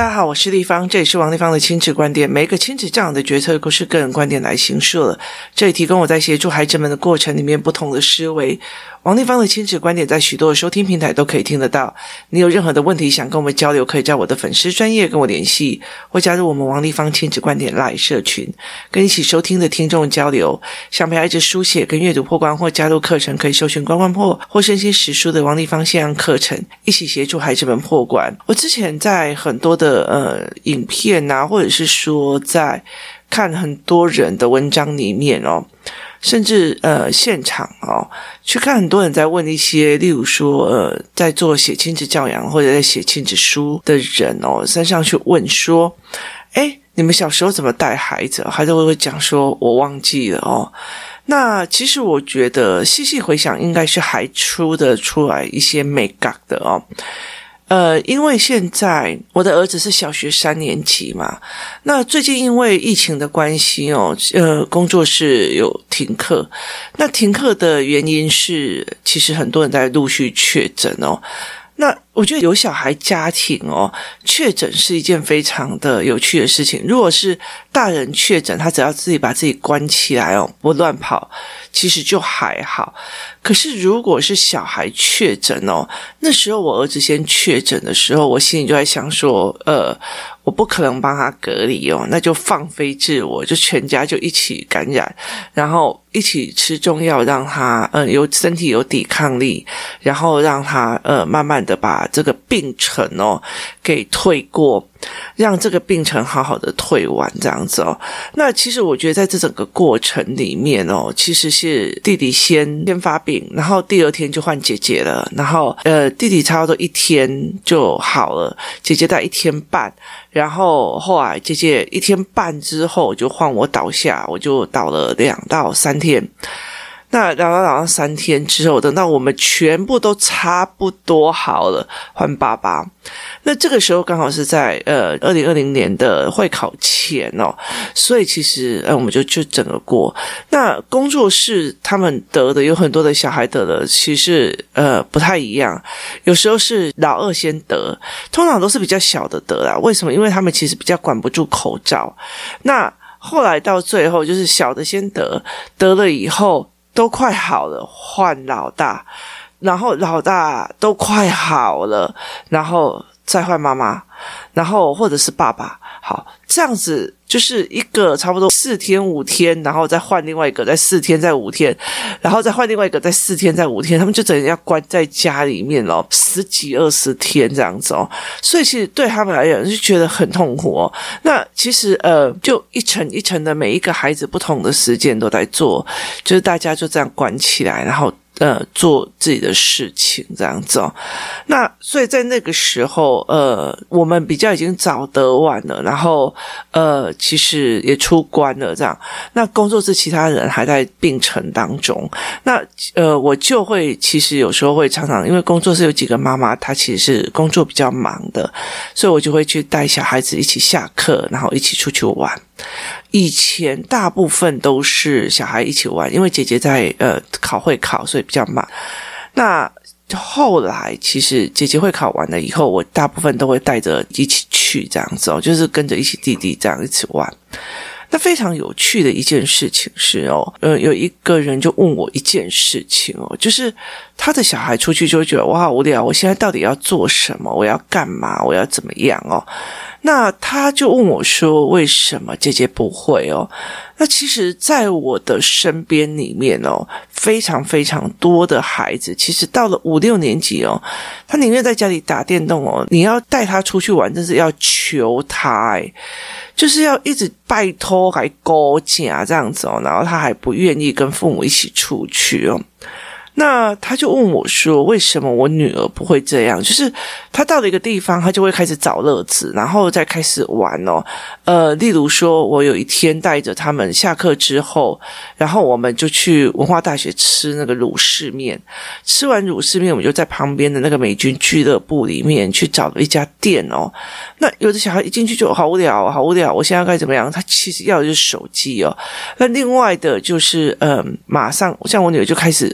大家好，我是立方，这里是王立方的亲子观点。每一个亲子教养的决策都是个人观点来形塑的，这里提供我在协助孩子们的过程里面不同的思维。王立方的亲子观点在许多的收听平台都可以听得到。你有任何的问题想跟我们交流，可以在我的粉丝专页跟我联系，或加入我们王立方亲子观点 LINE 社群，跟一起收听的听众交流。想陪孩子书写跟阅读破关或加入课程，可以搜寻关关破或身心实书的王立方线上课程，一起协助孩子们破关。我之前在很多的影片啊，或者是说在看很多人的文章里面甚至现场去看很多人在问一些，例如说在做写亲子教养或者在写亲子书的人身上去问说，你们小时候怎么带孩子？孩子会讲说我忘记了那其实我觉得细细回想，应该是还出得出来一些美感的因为现在我的儿子是小学3年级嘛，那最近因为疫情的关系工作室有停课，那停课的原因是其实很多人在陆续确诊那我觉得有小孩家庭确诊是一件非常的有趣的事情。如果是大人确诊，他只要自己把自己关起来不乱跑，其实就还好。可是如果是小孩确诊那时候我儿子先确诊的时候，我心里就在想说我不可能帮他隔离那就放飞自我，就全家就一起感染，然后一起吃中药，让他身体有抵抗力，然后让他慢慢的把这个病程给退过，让这个病程好好的退完这样子那其实我觉得在这整个过程里面其实是弟弟先发病，然后第二天就换姐姐了，然后弟弟差不多1天就好了，姐姐在1天半，然后后来姐姐1天半之后就换我倒下，我就倒了2到3天。那倒3天之后，等到我们全部都差不多好了，换爸爸。那这个时候刚好是在2020年的会考前所以其实我们就整个过。那工作室他们得的有很多的小孩得的其实不太一样，有时候是老二先得，通常都是比较小的得啦。为什么？因为他们其实比较管不住口罩。那后来到最后就是小的先得了以后都快好了，换老大，然后老大都快好了，然后再换妈妈，然后或者是爸爸。好，这样子就是一个差不多4天5天，然后再换另外一个，再4天再5天，然后再换另外一个，再4天再5天，他们就整个要关在家里面10几20天这样子所以其实对他们来讲就觉得很痛苦那其实就一层一层的每一个孩子不同的时间都在做，就是大家就这样关起来，然后做自己的事情这样子那所以在那个时候我们比较已经早得完了，然后其实也出关了这样。那工作室其他人还在病程当中，那我就会其实有时候会常常因为工作室有几个妈妈她其实是工作比较忙的，所以我就会去带小孩子一起下课，然后一起出去玩。以前大部分都是小孩一起玩，因为姐姐在会考，所以比较忙。那后来其实姐姐会考完了以后，我大部分都会带着一起去这样子就是跟着一起弟弟这样一起玩。那非常有趣的一件事情是有一个人就问我一件事情就是他的小孩出去就会觉得我好无聊，我现在到底要做什么，我要干嘛，我要怎么样那他就问我说为什么姐姐不会那其实在我的身边里面非常非常多的孩子其实到了5、6年级他宁愿在家里打电动你要带他出去玩真是要求他就是要一直拜托还勾夹这样子然后他还不愿意跟父母一起出去那他就问我说为什么我女儿不会这样，就是他到了一个地方他就会开始找乐子，然后再开始玩例如说我有一天带着他们下课之后，然后我们就去文化大学吃那个乳柿面，吃完乳柿面我们就在旁边的那个美军俱乐部里面去找了一家店那有的小孩一进去就好无聊好无聊，我现在该怎么样，他其实要的就是手机那另外的就是马上像我女儿就开始就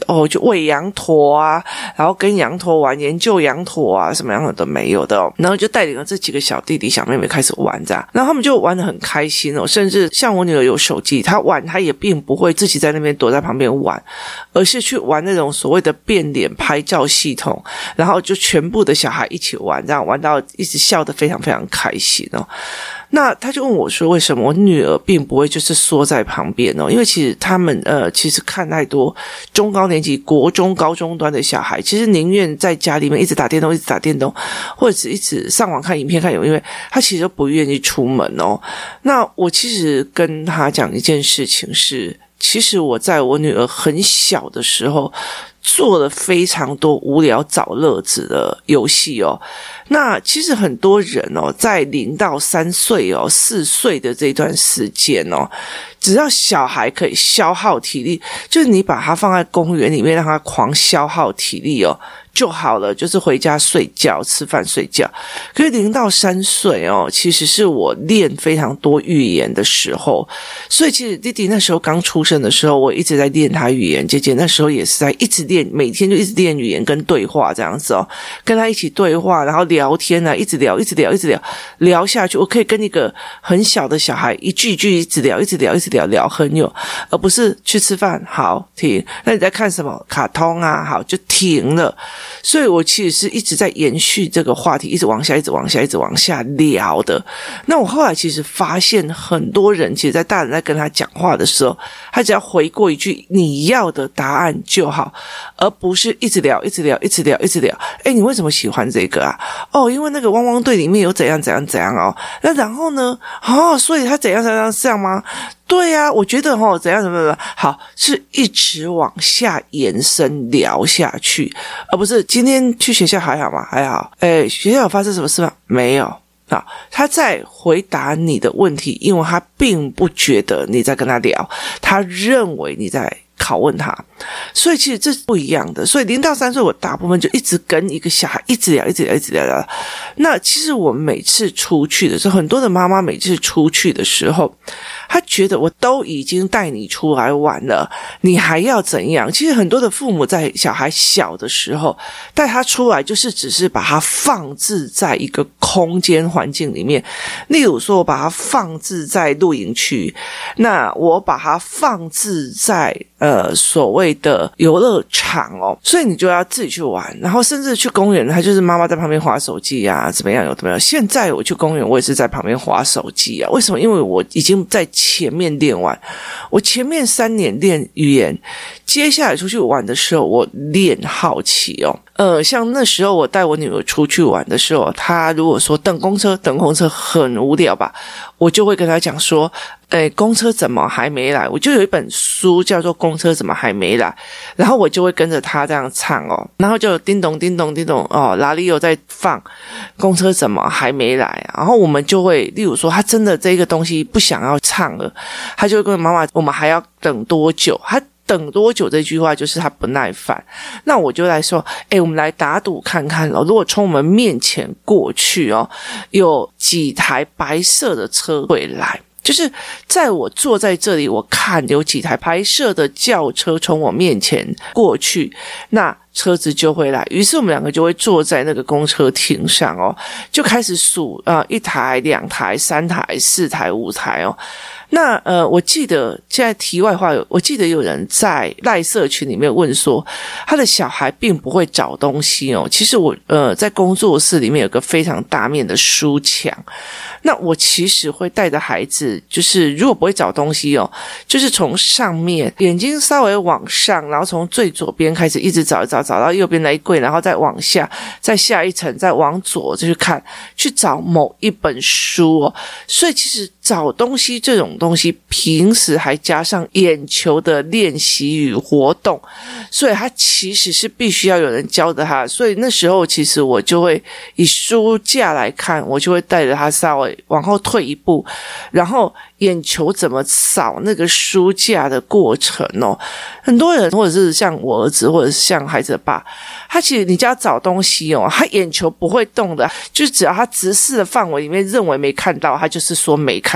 喂羊驼啊，然后跟羊驼玩，研究羊驼啊，什么样的都没有的哦。然后就带领了这几个小弟弟小妹妹开始玩这样，然后他们就玩得很开心哦，甚至像我女儿有手机，她玩她也并不会自己在那边躲在旁边玩，而是去玩那种所谓的变脸拍照系统，然后就全部的小孩一起玩，这样玩到一直笑得非常非常开心哦。那他就问我说为什么我女儿并不会就是缩在旁边哦，因为其实他们其实看太多中高年级国中高中端的小孩，其实宁愿在家里面一直打电动或者是一直上网看影片看因为他其实都不愿意出门哦。那我其实跟他讲一件事情是，其实我在我女儿很小的时候做了非常多无聊找乐子的游戏哦。那其实很多人哦，在0到3岁哦4岁的这段时间哦，只要小孩可以消耗体力，就是你把他放在公园里面让他狂消耗体力哦就好了，就是回家睡觉吃饭睡觉。可是0到3岁哦，其实是我练非常多语言的时候，所以其实弟弟那时候刚出生的时候，我一直在练他语言，姐姐那时候也是在一直练，每天就一直练语言跟对话这样子哦，跟他一起对话，然后聊天啊，一直聊下去。我可以跟一个很小的小孩一句一句一直聊很久，而不是去吃饭好停，那你在看什么卡通啊好就停了。所以我其实是一直在延续这个话题，一直往下聊的。那我后来其实发现很多人其实在大人在跟他讲话的时候，他只要回过一句你要的答案就好，而不是一直聊。诶，你为什么喜欢这个啊？哦，因为那个汪汪队里面有怎样哦。那然后呢？哦，所以他怎样这样吗？对啊，我觉得怎样好，是一直往下延伸聊下去，而不是今天去学校还好吗？还好。学校有发生什么事吗？没有。好，他在回答你的问题，因为他并不觉得你在跟他聊，他认为你在拷问他，所以其实这是不一样的。所以0到3岁我大部分就一直跟一个小孩一直聊。那其实我每次出去的时候，很多的妈妈每次出去的时候，她觉得我都已经带你出来玩了，你还要怎样？其实很多的父母在小孩小的时候带他出来，就是只是把他放置在一个空间环境里面，例如说我把它放置在露营区，那我把它放置在所谓的游乐场哦，所以你就要自己去玩，然后甚至去公园，他就是妈妈在旁边滑手机啊，怎么样。现在我去公园，我也是在旁边滑手机啊。为什么？因为我已经在前面练完，我前面3年练语言，接下来出去玩的时候，我练好奇哦。像那时候我带我女儿出去玩的时候，她如果说等公车很无聊吧，我就会跟她讲说，公车怎么还没来？我就有一本书叫做《公车怎么还没来》，然后我就会跟着她这样唱哦，然后就叮咚叮咚叮咚哦，哪里有在放公车怎么还没来？然后我们就会，例如说她真的这个东西不想要唱了，她就会跟妈妈，我们还要等多久？她等多久这句话就是他不耐烦，那我就来说，我们来打赌看看哦，如果从我们面前过去哦，有几台白色的车会来，就是在我坐在这里，我看有几台白色的轿车从我面前过去，那车子就会来，于是我们2个就会坐在那个公车亭上哦，就开始数1台、2台、3台、4台、5台哦。那我记得现在题外话，我记得有人在赖社群里面问说，他的小孩并不会找东西哦。其实我在工作室里面有个非常大面的书墙，那我其实会带着孩子，就是如果不会找东西哦，就是从上面眼睛稍微往上，然后从最左边开始一直找到右边那一柜，然后再往下，再下一层，再往左就去看，去找某一本书哦。所以其实找东西这种东西，平时还加上眼球的练习与活动，所以他其实是必须要有人教着他。所以那时候其实我就会以书架来看，我就会带着他稍微往后退一步，然后眼球怎么扫那个书架的过程哦。很多人或者是像我儿子或者是像孩子的爸，他其实你叫他找东西哦，他眼球不会动的，就是只要他直视的范围里面认为没看到，他就是说没看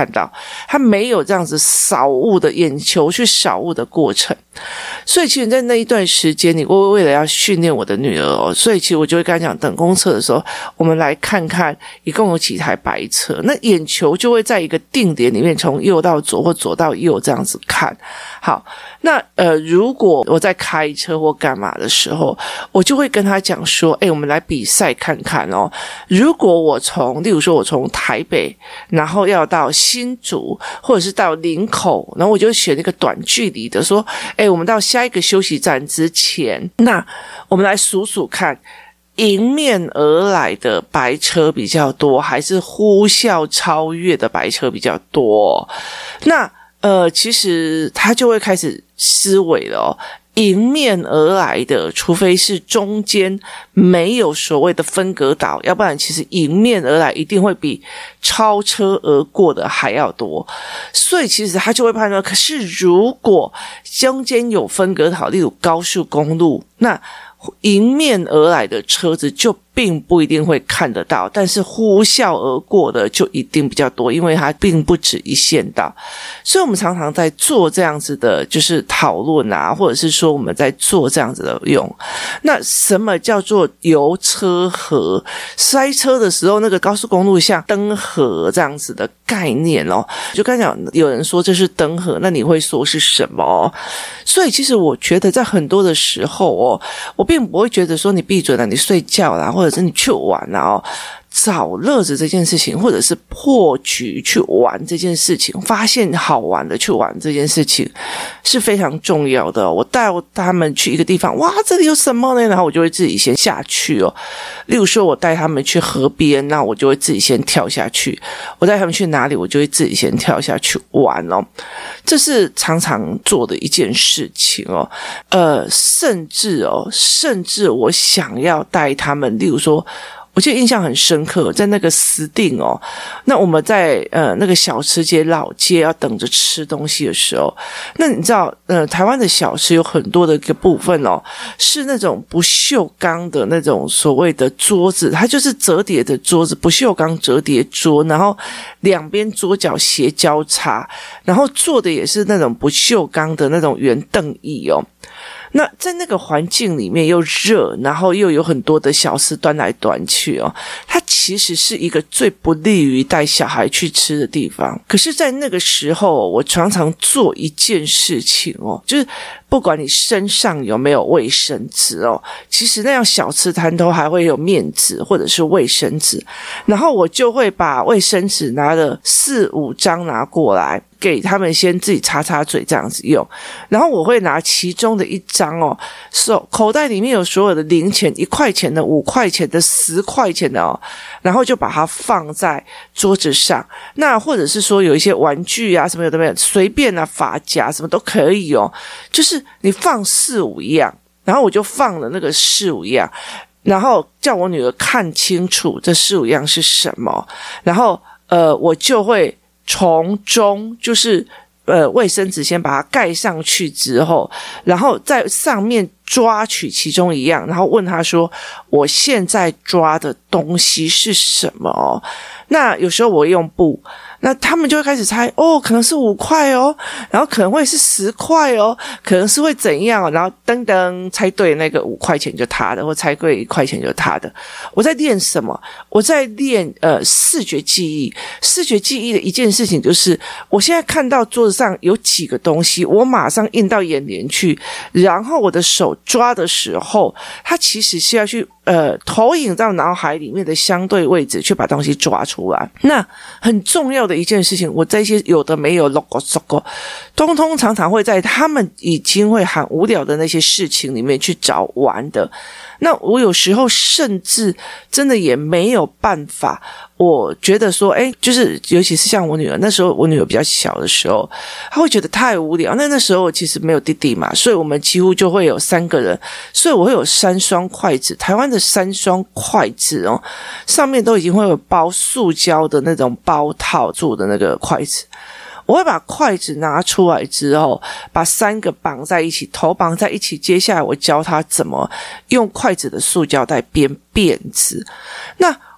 看到，他没有这样子扫物的眼球去扫物的过程。所以其实在那一段时间，你为了要训练我的女儿所以其实我就会跟她讲，等公车的时候我们来看看一共有几台白车，那眼球就会在一个定点里面从右到左或左到右这样子看。好，那如果我在开车或干嘛的时候，我就会跟她讲说，我们来比赛看看如果例如说我从台北然后要到新竹或者是到林口，然后我就选一个短距离的说，我们到下一个休息站之前，那我们来数数看，迎面而来的白车比较多，还是呼啸超越的白车比较多？那其实他就会开始思维了迎面而来的，除非是中间没有所谓的分隔岛，要不然其实迎面而来一定会比超车而过的还要多。所以其实他就会判断，可是如果中间有分隔岛，例如高速公路，那迎面而来的车子就并不一定会看得到，但是呼啸而过的就一定比较多，因为它并不止一线道。所以我们常常在做这样子的就是讨论啊，或者是说我们在做这样子的用。那什么叫做油车河？塞车的时候那个高速公路像灯河这样子的概念就刚才讲有人说这是灯河，那你会说是什么？所以其实我觉得在很多的时候我并不会觉得说你闭嘴了，你睡觉啦，或者是你去玩啦找乐子这件事情，或者是破局去玩这件事情，发现好玩的去玩这件事情是非常重要的我带他们去一个地方，哇，这里有什么呢？然后我就会自己先下去例如说我带他们去河边，那我就会自己先跳下去，我带他们去哪里，我就会自己先跳下去玩这是常常做的一件事情甚至我想要带他们，例如说我记得印象很深刻，在那个石碇那我们在那个小吃街老街要等着吃东西的时候，那你知道台湾的小吃有很多的一个部分是那种不锈钢的那种所谓的桌子，它就是折叠的桌子，不锈钢折叠桌，然后两边桌角斜交叉，然后坐的也是那种不锈钢的那种圆凳椅那在那个环境里面又热，然后又有很多的小吃端来端去它其实是一个最不利于带小孩去吃的地方。可是在那个时候我常常做一件事情就是不管你身上有没有卫生纸其实那样小吃摊都还会有面纸或者是卫生纸，然后我就会把卫生纸拿了4-5张拿过来给他们先自己擦擦嘴这样子用，然后我会拿其中的一张口袋里面有所有的零钱，1块钱的、5块钱的、10块钱的然后就把它放在桌子上。那或者是说有一些玩具啊什么有的没有，随便发夹什么都可以就是你放4-5样，然后我就放了那个4-5样，然后叫我女儿看清楚这4-5样是什么，然后我就会从中就是卫生纸先把它盖上去之后，然后在上面抓取其中一样，然后问他说我现在抓的东西是什么那有时候我用布，那他们就会开始猜可能是5块然后可能会是10块可能是会怎样然后噔噔猜对那个5块钱就他的，或猜对1块钱就他的。我在练什么？我在练视觉记忆。视觉记忆的一件事情就是我现在看到桌子上有几个东西，我马上印到眼帘去，然后我的手抓的时候，它其实是要去投影到脑海里面的相对位置去把东西抓出来。那很重要的一件事情，我在一些有的没有 logo 通通常常会在他们已经会很无聊的那些事情里面去找玩的。那我有时候甚至真的也没有办法，我觉得说就是尤其是像我女儿，那时候我女儿比较小的时候，她会觉得太无聊。那时候我其实没有弟弟嘛，所以我们几乎就会有3个人，所以我会有3双筷子，台湾的3双筷子上面都已经会有包塑胶的那种包套做的那个筷子。我会把筷子拿出来之后，把3个绑在一起，头绑在一起，接下来我教他怎么用筷子的塑胶袋编辫子。那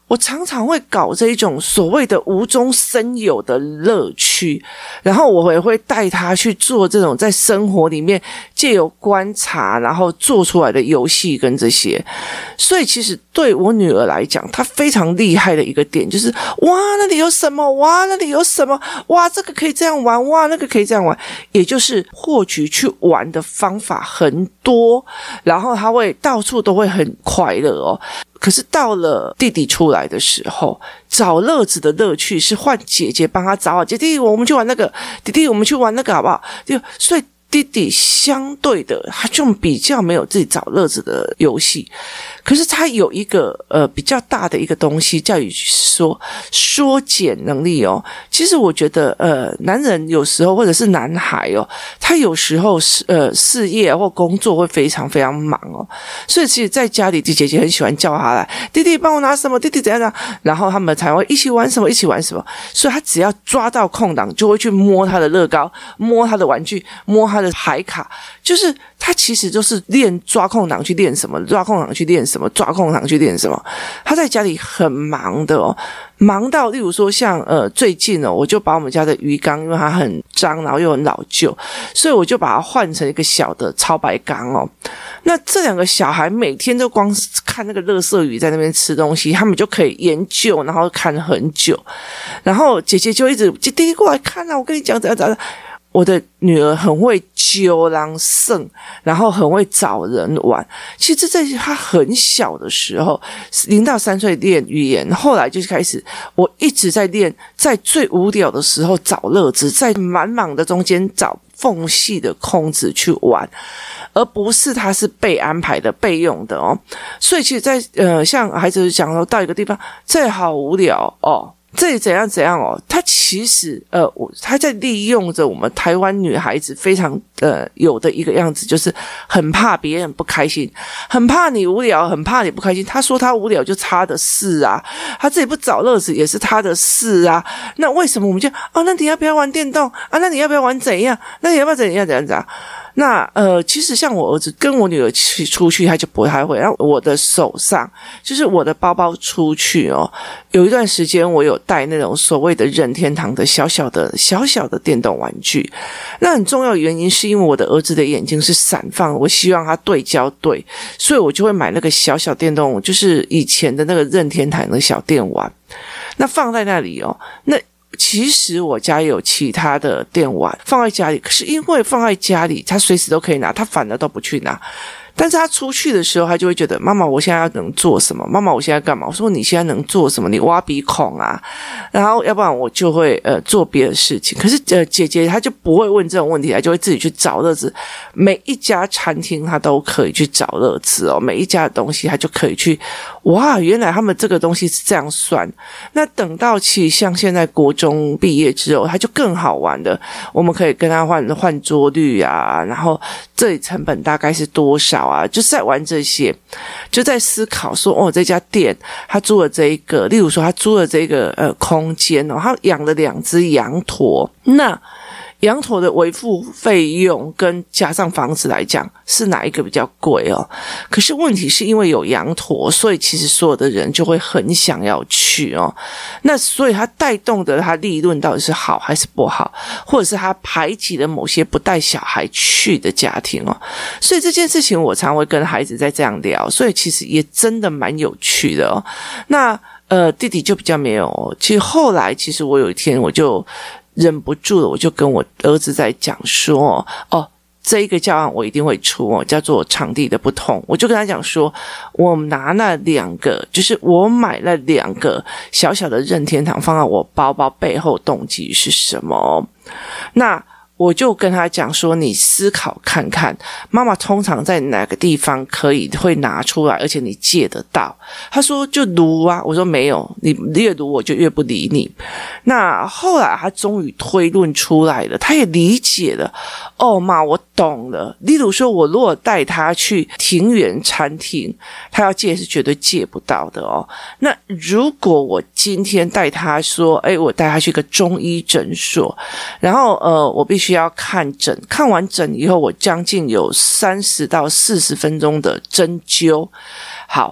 我常常会搞这一种所谓的无中生有的乐趣，然后我也会带他去做这种在生活里面借由观察然后做出来的游戏跟这些。所以其实对我女儿来讲，她非常厉害的一个点就是哇那里有什么，哇那里有什么，哇这个可以这样玩，哇那个可以这样玩，也就是获取去玩的方法很多，然后她会到处都会很快乐哦。可是到了弟弟出来的时候，找乐子的乐趣是换姐姐帮他找好，姐弟我们去玩那个，弟弟我们去玩那个好不好？所以弟弟相对的他就比较没有自己找乐子的游戏，可是他有一个比较大的一个东西叫说缩减能力哦。其实我觉得男人有时候或者是男孩哦，他有时候事业或工作会非常非常忙哦，所以其实在家里弟姐姐很喜欢叫他来，弟弟帮我拿什么，弟弟怎样怎样，然后他们才会一起玩什么一起玩什么。所以他只要抓到空档就会去摸他的乐高，摸他的玩具，摸他的牌卡，就是他其实就是练抓空档去练什么，抓空档去练什么，抓空档去练什么。他在家里很忙的哦，忙到例如说像最近哦，我就把我们家的鱼缸，因为它很脏，然后又很老旧，所以我就把它换成一个小的超白缸哦。那这两个小孩每天都光看那个垃圾鱼在那边吃东西，他们就可以研究，然后看很久。然后姐姐就一直弟弟过来看啊，我跟你讲怎样怎样。我的女儿很会揪狼胜，然后很会找人玩。其实这在她很小的时候，0到3岁练语言，后来就是开始我一直在练，在最无聊的时候找乐子，在满忙的中间找缝隙的空子去玩，而不是他是被安排的备用的哦。所以其实在像孩子讲说到一个地方这好无聊哦，这里怎样怎样哦，他其实他在利用着我们台湾女孩子非常有的一个样子，就是很怕别人不开心，很怕你无聊，很怕你不开心。他说他无聊就他的事啊，他自己不找乐子也是他的事啊。那为什么我们就那你要不要玩电动啊？那你要不要玩怎样？那你要不要怎样怎样怎样？那其实像我儿子跟我女儿出去，他就不太会。然后我的手上就是我的包包出去哦，有一段时间我有带那种所谓的任天堂的小小的电动玩具。那很重要的原因是因为我的儿子的眼睛是闪放，我希望他对焦对，所以我就会买那个小小电动，就是以前的那个任天堂的小电玩，那放在那里哦。那其实我家有其他的电玩放在家里，可是因为放在家里他随时都可以拿，他反而都不去拿。但是他出去的时候他就会觉得妈妈我现在能做什么，妈妈我现在干嘛，我说你现在能做什么，你挖鼻孔啊，然后要不然我就会做别的事情。可是姐姐她就不会问这种问题，她就会自己去找乐子，每一家餐厅她都可以去找乐子哦，每一家的东西她就可以去，哇原来他们这个东西是这样算。那等到其实像现在国中毕业之后他就更好玩的，我们可以跟他换桌率啊，然后这里成本大概是多少啊，就是在玩这些，就在思考说这家店他租了这一个，例如说他租了这个空间哦，他养了2只羊驼，那羊驼的维护费用跟加上房子来讲是哪一个比较贵哦？可是问题是因为有羊驼，所以其实所有的人就会很想要去哦。那所以它带动的它利润到底是好还是不好，或者是它排挤了某些不带小孩去的家庭哦。所以这件事情我常会跟孩子在这样聊，所以其实也真的蛮有趣的哦。那弟弟就比较没有，其实后来其实我有一天我就忍不住了，我就跟我儿子在讲说这一个教案我一定会出哦，叫做场地的不同。我就跟他讲说，我拿那2个，就是我买了2个小小的任天堂放在我包包背后，动机是什么？那我就跟他讲说，你思考看看，妈妈通常在哪个地方会拿出来，而且你借得到。他说就撸啊，我说没有，你越撸我就越不理你。那后来他终于推论出来了，他也理解了，妈我懂了。例如说我如果带他去庭园餐厅，他要借是绝对借不到的哦。那如果我今天带他说我带他去个中医诊所，然后我必须要看诊，看完诊以后我将近有30到40分钟的针灸。好，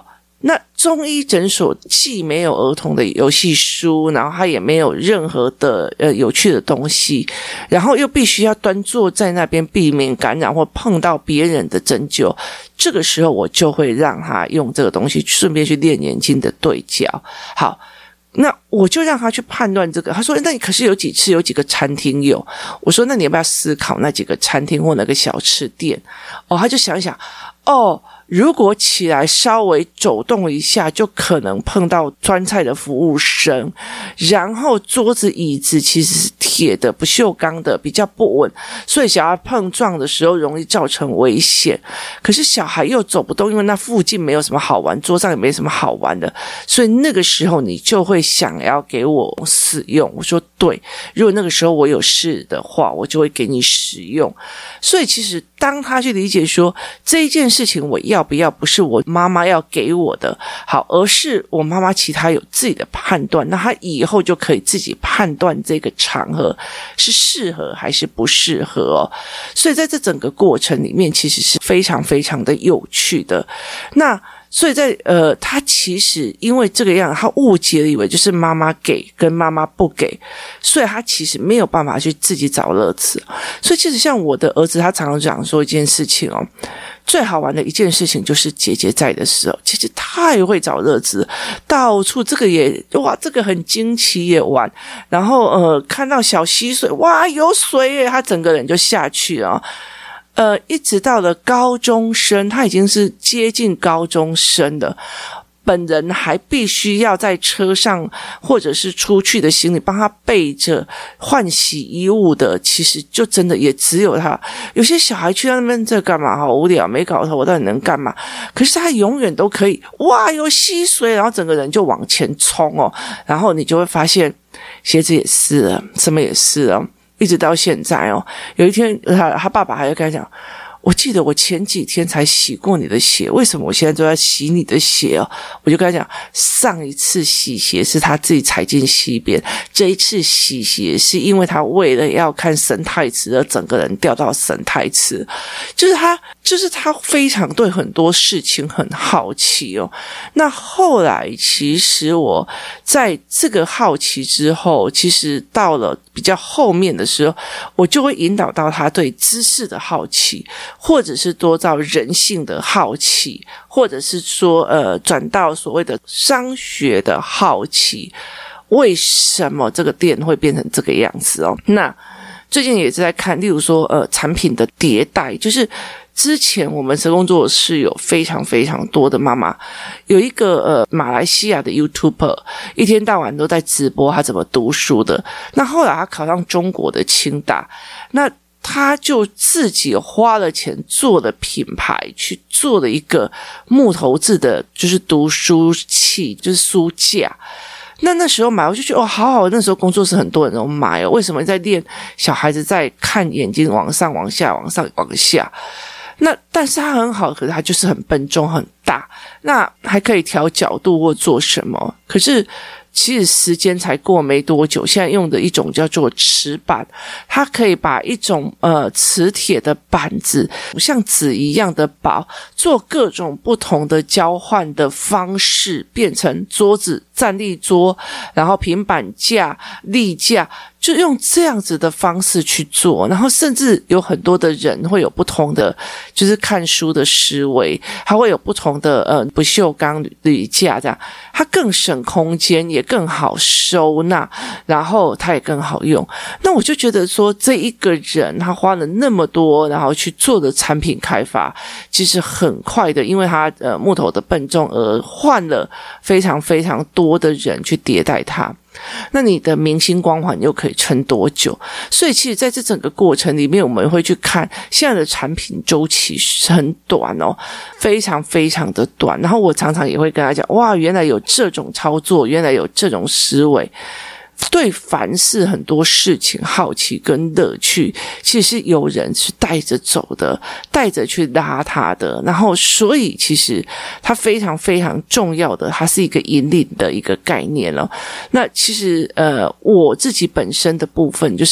那中医诊所既没有儿童的游戏书，然后它也没有任何的有趣的东西，然后又必须要端坐在那边避免感染或碰到别人的针灸，这个时候我就会让他用这个东西顺便去练眼睛的对角。好，那我就让他去判断这个。他说那可是有几次有几个餐厅有，我说那你要不要思考那几个餐厅或那个小吃店。他就想一想，如果起来稍微走动一下，就可能碰到端菜的服务生，然后桌子椅子其实是铁的不锈钢的，比较不稳，所以小孩碰撞的时候容易造成危险。可是小孩又走不动，因为那附近没有什么好玩，桌上也没什么好玩的，所以那个时候你就会想要给我使用。我说对，如果那个时候我有事的话，我就会给你使用。所以其实当他去理解说这一件事情我要不要，不是我妈妈要给我的，好，而是我妈妈其他有自己的判断，那他以后就可以自己判断这个场合是适合还是不适合哦。所以在这整个过程里面其实是非常非常的有趣的。那所以在他其实因为这个样，他误解了以为就是妈妈给跟妈妈不给，所以他其实没有办法去自己找乐子。所以其实像我的儿子，他常常讲说一件事情哦，最好玩的一件事情就是姐姐在的时候，姐姐太会找乐子，到处这个也哇，这个很惊奇也玩，然后看到小溪水，哇有水耶，他整个人就下去了。一直到了高中生，他已经是接近高中生了，本人还必须要在车上或者是出去的行李帮他备着换洗衣物的，其实就真的也只有他。有些小孩去那边这干嘛，好无聊，没搞头，我到底能干嘛？可是他永远都可以，哇有溪水，然后整个人就往前冲哦，然后你就会发现鞋子也湿了，什么也湿了，一直到现在哦。有一天他爸爸还会跟他讲，我记得我前几天才洗过你的鞋，为什么我现在都在洗你的鞋哦？我就跟他讲，上一次洗鞋是他自己踩进溪边，这一次洗鞋是因为他为了要看生态池而整个人掉到生态池。就是他非常对很多事情很好奇哦。那后来其实我在这个好奇之后，其实到了比较后面的时候，我就会引导到他对知识的好奇，或者是多到人性的好奇，或者是说转到所谓的商学的好奇，为什么这个店会变成这个样子哦？那最近也是在看，例如说产品的迭代，就是之前我们神工作室有非常非常多的妈妈，有一个马来西亚的 YouTuber 一天到晚都在直播他怎么读书的，那后来他考上中国的清大，那他就自己花了钱做了品牌，去做了一个木头制的就是读书器，就是书架。那时候买我就觉得好好，那时候工作室很多人都买哦。为什么在练小孩子在看眼睛往上往下往上往下？那但是它很好，可是它就是很笨重很大，那还可以调角度或做什么，可是其实时间才过没多久，现在用的一种叫做瓷板，它可以把一种磁铁的板子像纸一样的薄，做各种不同的交换的方式，变成桌子、站立桌，然后平板架、立架，就用这样子的方式去做。然后甚至有很多的人会有不同的就是看书的思维，还会有不同的不锈钢铝架，这样它更省空间，也更好收纳，然后它也更好用。那我就觉得说，这一个人他花了那么多，然后去做的产品开发，其实很快的，因为他木头的笨重而换了非常非常多的人去迭代它。那你的明星光环又可以撑多久？所以其实在这整个过程里面，我们会去看现在的产品周期很短哦，非常非常的短。然后我常常也会跟他讲，哇，原来有这种操作，原来有这种思维。对凡事很多事情好奇跟乐趣，其实是有人是带着走的，带着去拉他的，然后所以其实它非常非常重要的，它是一个引领的一个概念了。那其实我自己本身的部分就是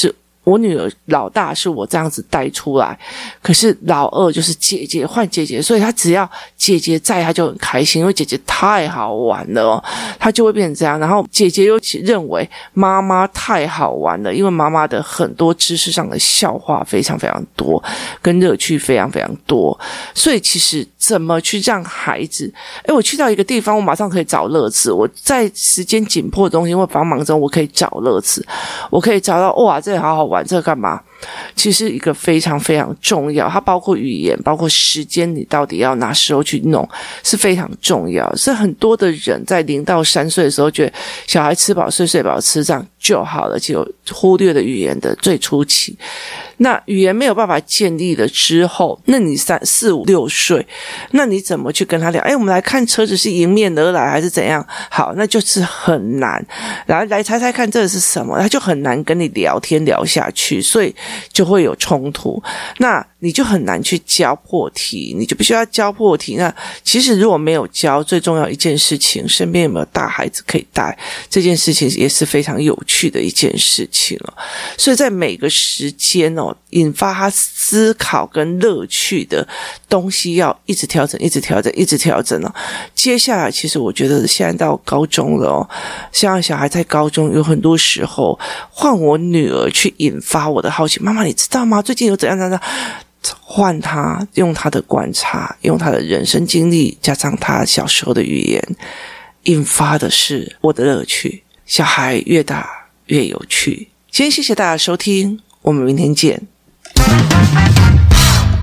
我女儿老大是我这样子带出来，可是老二就是姐姐换姐姐，所以她只要姐姐在，她就很开心，因为姐姐太好玩了哦，她就会变成这样。然后姐姐又认为妈妈太好玩了，因为妈妈的很多知识上的笑话非常非常多，跟乐趣非常非常多，所以其实怎么去让孩子，我去到一个地方，我马上可以找乐子，我在时间紧迫的东西或繁忙中，我可以找乐子，我可以找到哇，这好好玩，这干嘛？其实一个非常非常重要，它包括语言，包括时间，你到底要哪时候去弄是非常重要。是很多的人在0到3岁的时候觉得小孩吃饱睡饱吃这样就好了，就忽略了语言的最初期。那语言没有办法建立了之后，那你3、4、5、6岁，那你怎么去跟他聊？我们来看车子是迎面而来还是怎样？好，那就是很难。然后来猜猜看这是什么，他就很难跟你聊天聊下去，所以就会有冲突。那你就很难去教破题，你就必须要教破题。那其实如果没有教，最重要一件事情，身边有没有大孩子可以带，这件事情也是非常有趣的一件事情哦。所以在每个时间哦，引发他思考跟乐趣的东西要一直调整哦。接下来其实我觉得现在到高中了哦，像小孩在高中有很多时候换我女儿去引发我的好奇，妈妈你知道吗？最近有怎样换他用他的观察，用他的人生经历，加上他小时候的语言，引发的是我的乐趣。小孩越大越有趣。今天谢谢大家收听，我们明天见。